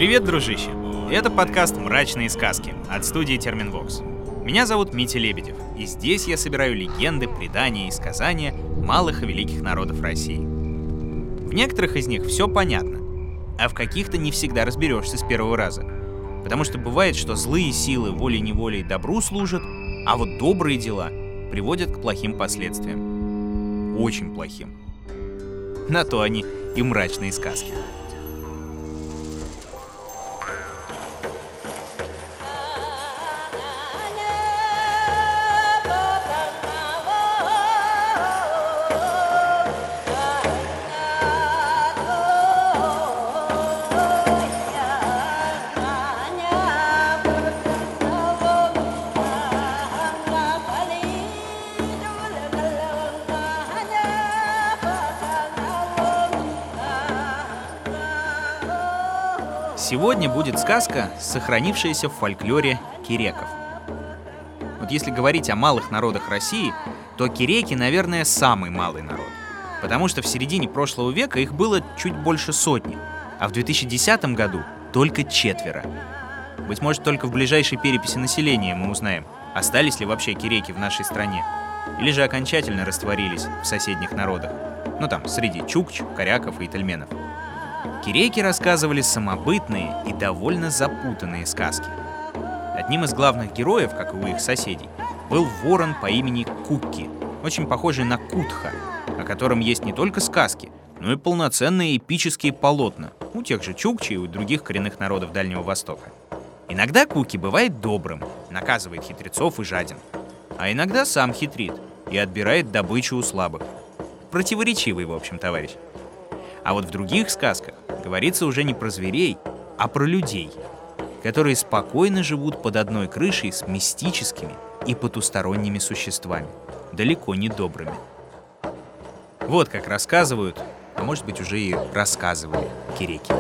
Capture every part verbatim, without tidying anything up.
Привет, дружище! Это подкаст «Мрачные сказки» от студии Терминвокс. Меня зовут Митя Лебедев, и здесь я собираю легенды, предания и сказания малых и великих народов России. В некоторых из них все понятно, а в каких-то не всегда разберешься с первого раза. Потому что бывает, что злые силы волей-неволей добру служат, а вот добрые дела приводят к плохим последствиям. Очень плохим. На то они и мрачные сказки. Сегодня будет сказка, сохранившаяся в фольклоре киреков. Вот если говорить о малых народах России, то киреки, наверное, самый малый народ. Потому что в середине прошлого века их было чуть больше сотни, а в две тысячи десятом году только четверо. Быть может, только в ближайшей переписи населения мы узнаем, остались ли вообще киреки в нашей стране, или же окончательно растворились в соседних народах, ну там, среди чукч, коряков и тельменов. Киреки рассказывали самобытные и довольно запутанные сказки. Одним из главных героев, как и у их соседей, был ворон по имени Кукки, очень похожий на Кутха, о котором есть не только сказки, но и полноценные эпические полотна у тех же чукчей и у других коренных народов Дальнего Востока. Иногда Кукки бывает добрым, наказывает хитрецов и жаден, а иногда сам хитрит и отбирает добычу у слабых. Противоречивый, в общем, товарищ. А вот в других сказках говорится уже не про зверей, а про людей, которые спокойно живут под одной крышей с мистическими и потусторонними существами, далеко не добрыми. Вот как рассказывают, а может быть уже и рассказывали киреки.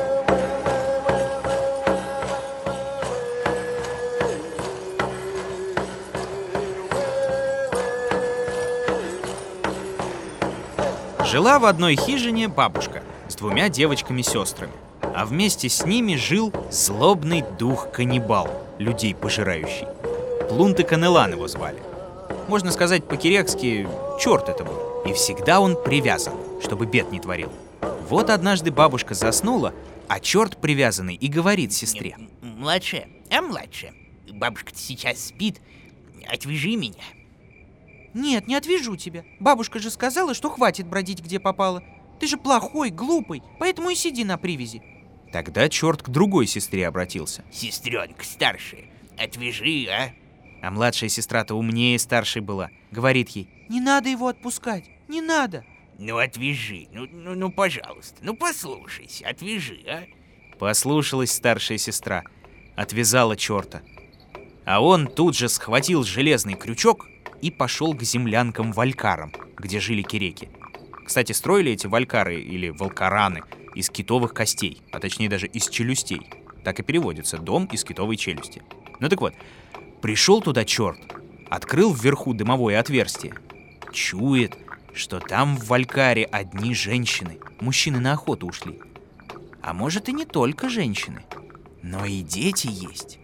Жила в одной хижине бабушка с двумя девочками-сестрами, а вместе с ними жил злобный дух-каннибал, людей пожирающий. Плунты-Канелан его звали. Можно сказать по-кирекски, черт это был, и всегда он привязан, чтобы бед не творил. Вот однажды бабушка заснула, а черт привязанный и говорит сестре: «Младшая, а младшая, бабушка-то сейчас спит, отвяжи меня». «Нет, не отвяжу тебя. Бабушка же сказала, что хватит бродить где попало. Ты же плохой, глупый, поэтому и сиди на привязи». Тогда черт к другой сестре обратился: «Сестренка старшая, отвяжи, а?» А младшая сестра-то умнее старшей была. Говорит ей: «Не надо его отпускать, не надо». «Ну отвяжи, ну, ну, ну пожалуйста, ну послушайся, отвяжи, а?» Послушалась старшая сестра, отвязала черта. А он тут же схватил железный крючок и пошел к землянкам-валькарам, где жили киреки. Кстати, строили эти валькары или валкараны из китовых костей, а точнее даже из челюстей. Так и переводится: дом из китовой челюсти. Ну так вот, пришел туда черт, открыл вверху дымовое отверстие, чует, что там в валькаре одни женщины, мужчины на охоту ушли. А может и не только женщины, но и дети есть.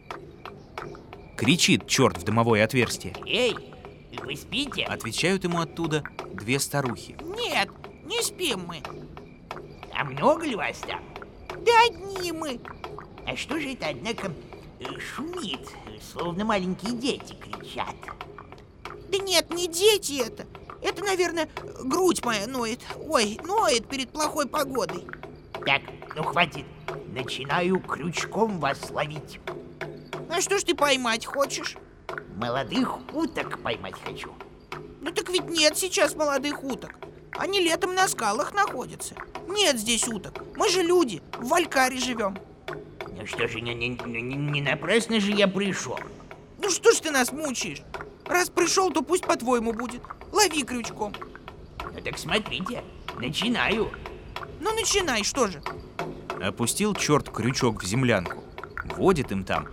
Кричит черт в дымовое отверстие: «Эй, вы спите?» Отвечают ему оттуда две старухи: «Нет, не спим мы». «А много ли вас там?» «Да одни мы». «А что же это, однако, шумит, словно маленькие дети кричат?» «Да нет, не дети это. Это, наверное, грудь моя ноет. Ой, ноет перед плохой погодой». «Так, ну хватит, начинаю крючком вас ловить». «А что ж ты поймать хочешь?» «Молодых уток поймать хочу». «Ну так ведь нет сейчас молодых уток. Они летом на скалах находятся. Нет здесь уток. Мы же люди, в валькаре живем». «Ну что же, не, не, не, не напрасно же я пришел». «Ну что ж ты нас мучаешь? Раз пришел, то пусть по-твоему будет. Лови крючком». «Ну так смотрите, начинаю». «Ну начинай, что же?» Опустил черт крючок в землянку, водит им там,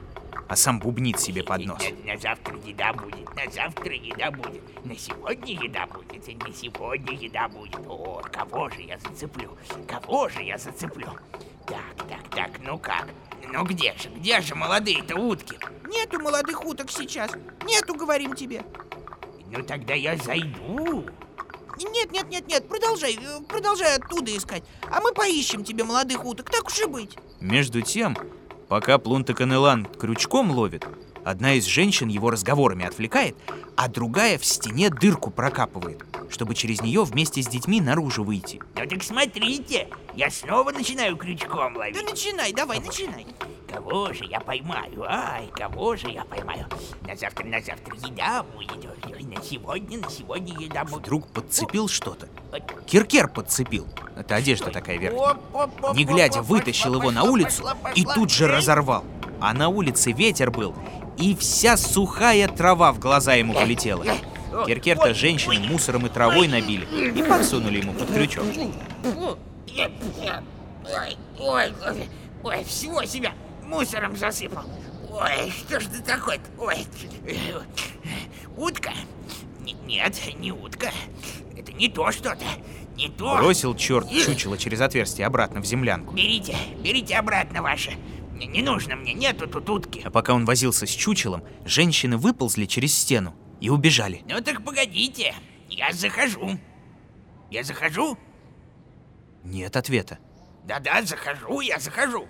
а сам бубнит себе под нос. На, на завтра еда будет, на завтра еда будет, на сегодня еда будет, и на сегодня еда будет. О, кого же я зацеплю? Кого же я зацеплю? Так, так, так, ну как? Ну где же, где же молодые-то утки? Нету молодых уток сейчас. Нету, говорим тебе. Ну тогда я зайду. Нет, нет, нет, нет, продолжай, э, продолжай оттуда искать. А мы поищем тебе молодых уток, так уж и быть. Между тем, пока Плунта-Канелан крючком ловит, одна из женщин его разговорами отвлекает, а другая в стене дырку прокапывает, чтобы через нее вместе с детьми наружу выйти. Ну так смотрите, я снова начинаю крючком Да ловить. начинай, давай, начинай. Кого же я поймаю? Ай, кого же я поймаю? На завтра, на завтра еда будет. Ой, на сегодня, на сегодня еда будет. Вдруг подцепил что-то. Киркер подцепил. Это одежда такая верхняя. Не глядя, вытащил его на улицу и тут же разорвал. А на улице ветер был, и вся сухая трава в глаза ему полетела. Киркер-то женщины мусором и травой набили и подсунули ему под крючок. Ой, ой, ой, ой, всего себя мусором засыпал. Ой, что ж ты такой-то? Ой, утка? Н- Нет, не утка. Это не то что-то. Не то. Бросил черт чучело через отверстие обратно в землянку. Берите, берите обратно ваше. Не, не нужно мне, нету тут утки. А пока он возился с чучелом, женщины выползли через стену и убежали. Ну так погодите, я захожу. Я захожу? Нет ответа. Да-да, захожу, я захожу.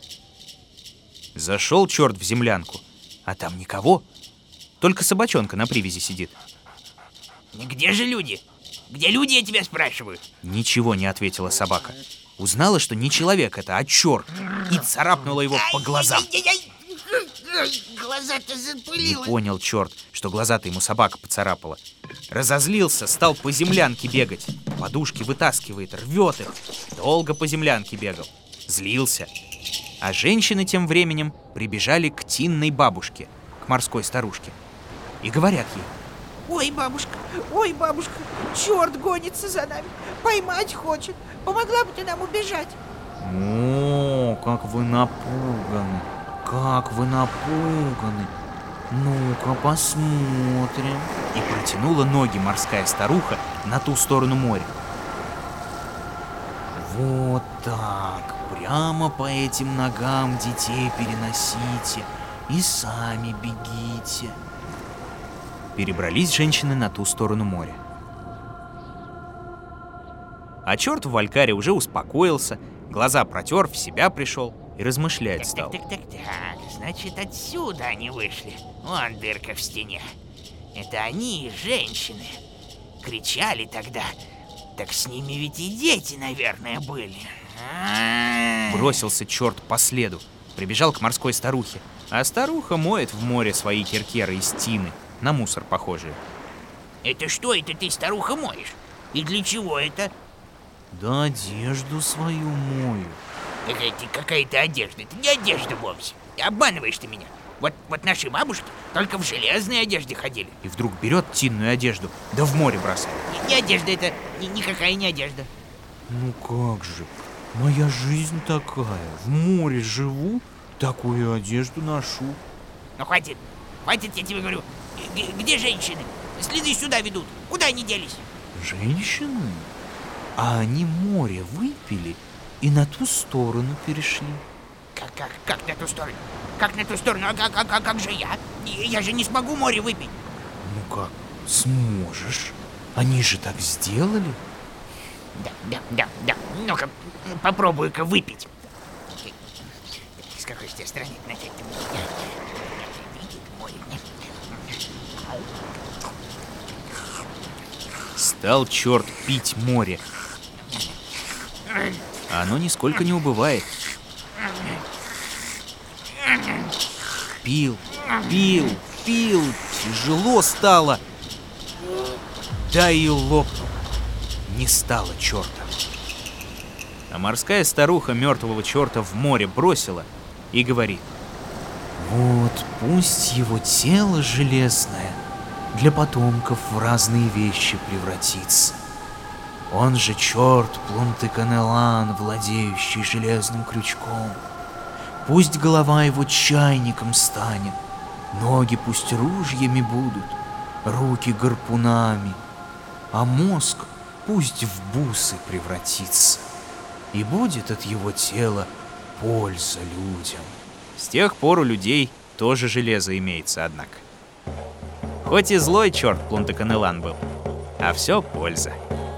Зашел черт в землянку, а там никого. Только собачонка на привязи сидит. Где же люди? Где люди, я тебя спрашиваю? Ничего не ответила собака. Узнала, что не человек это, а черт, и царапнула его по глазам. Ай-яй-яй-яй! Глаза-то Не запылило. понял черт, что глаза-то ему собака поцарапала. Разозлился, стал по землянке бегать. Подушки вытаскивает, рвет их. Долго по землянке бегал. Злился. А женщины тем временем прибежали к Тинной бабушке, к морской старушке. И говорят ей: Ой, бабушка, ой, бабушка, черт гонится за нами, поймать хочет. Помогла бы ты нам убежать? О, как вы напуганы, как вы напуганы. Ну-ка посмотрим. И протянула ноги морская старуха на ту сторону моря. Вот так, прямо по этим ногам детей переносите и сами бегите. Перебрались женщины на ту сторону моря. А черт в Валькаре уже успокоился, глаза протер, в себя пришел и размышлять стал. Так, так, так, так, значит, отсюда они вышли. Вон дырка в стене. Это они, женщины. Кричали тогда. Так с ними ведь и дети, наверное, были. А-а-а. Бросился черт по следу, прибежал к морской старухе. А старуха моет в море свои киркеры из тины, на мусор похожие. Это что это ты, старуха, моешь? И для чего это? Да одежду свою мою. Какая-то, какая-то одежда. Это не одежда вовсе. Обманываешь ты меня. Вот, вот наши бабушки только в железной одежде ходили. И вдруг берет тинную одежду, да в море бросает. Не, не одежда это, ни- никакая не одежда. Ну как же, моя жизнь такая. В море живу, такую одежду ношу. Ну хватит, хватит, я тебе говорю. Г- Где женщины? Следы сюда ведут. Куда они делись? Женщины? А они море выпили и на ту сторону перешли. Как, как, как на ту сторону? Как на ту сторону? А как, а как, как же я? Я же не смогу море выпить. Ну как, сможешь? Они же так сделали. Да, да, да, да. Ну-ка, попробую-ка выпить. С какой же тебе стороны начать? Видит море. Стал черт пить море. А оно нисколько не убывает. Пил, пил, пил, тяжело стало. Да и лопнул. Не стало черта. А морская старуха мертвого черта в море бросила и говорит: вот пусть его тело железное для потомков в разные вещи превратится. Он же черт Плунта-Канелан, владеющий железным крючком. Пусть голова его чайником станет, ноги пусть ружьями будут, руки гарпунами, а мозг пусть в бусы превратится, и будет от его тела польза людям. С тех пор у людей тоже железо имеется, однако. Хоть и злой черт Плунта-Канелан был, а все польза.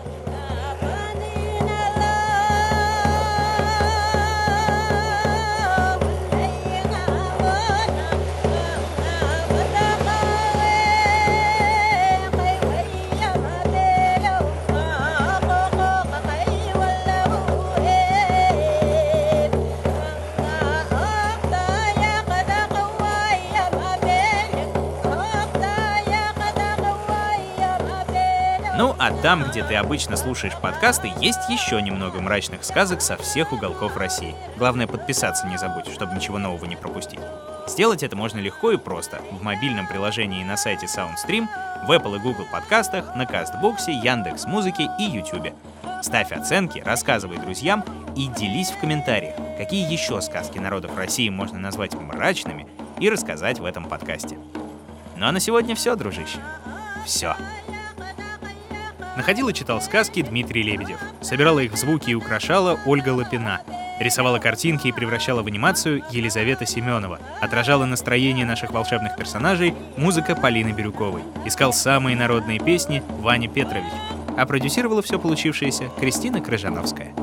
Ну, а там, где ты обычно слушаешь подкасты, есть еще немного мрачных сказок со всех уголков России. Главное, подписаться не забудь, чтобы ничего нового не пропустить. Сделать это можно легко и просто в мобильном приложении на сайте Soundstream, в Apple и Google подкастах, на Кастбоксе, Яндекс.Музыке и Ютубе. Ставь оценки, рассказывай друзьям и делись в комментариях, какие еще сказки народов России можно назвать мрачными и рассказать в этом подкасте. Ну а на сегодня все, дружище. Все. Находил и читал сказки Дмитрий Лебедев. Собирала их в звуки и украшала Ольга Лапина. Рисовала картинки и превращала в анимацию Елизавета Семенова. Отражала настроение наших волшебных персонажей музыка Полины Бирюковой. Искал самые народные песни Ваня Петрович. А продюсировала все получившееся Кристина Крыжановская.